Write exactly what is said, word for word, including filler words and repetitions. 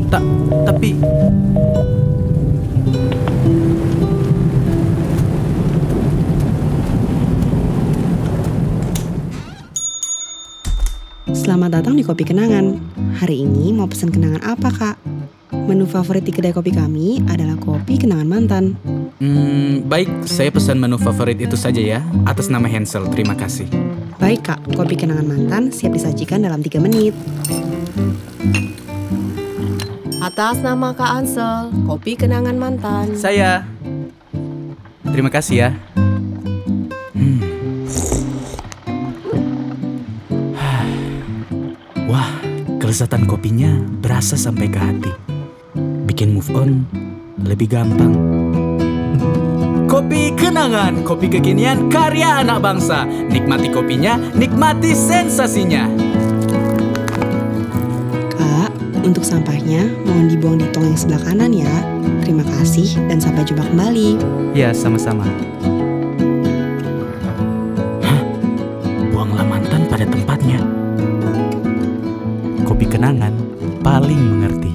Tak, tapi... Selamat datang di Kopi Kenangan. Hari ini mau pesan kenangan apa, Kak? Menu favorit di kedai kopi kami adalah kopi kenangan mantan. Hmm, baik, saya pesan menu favorit itu saja ya. Atas nama Hansel, terima kasih. Baik, Kak. Kopi kenangan mantan siap disajikan dalam tiga menit. Atas nama Kak Ansel, kopi kenangan mantan. Saya. Terima kasih ya. Hmm. Wah, kelezatan kopinya berasa sampai ke hati. Bikin move on lebih gampang. Kopi kenangan, kopi kekinian karya anak bangsa. Nikmati kopinya, nikmati sensasinya. Kak, untuk sampahnya mohon dibuang di tong yang sebelah kanan ya. Terima kasih dan sampai jumpa kembali. Ya, sama-sama. Hah? Buanglah mantan pada tempatnya. Kopi kenangan paling mengerti.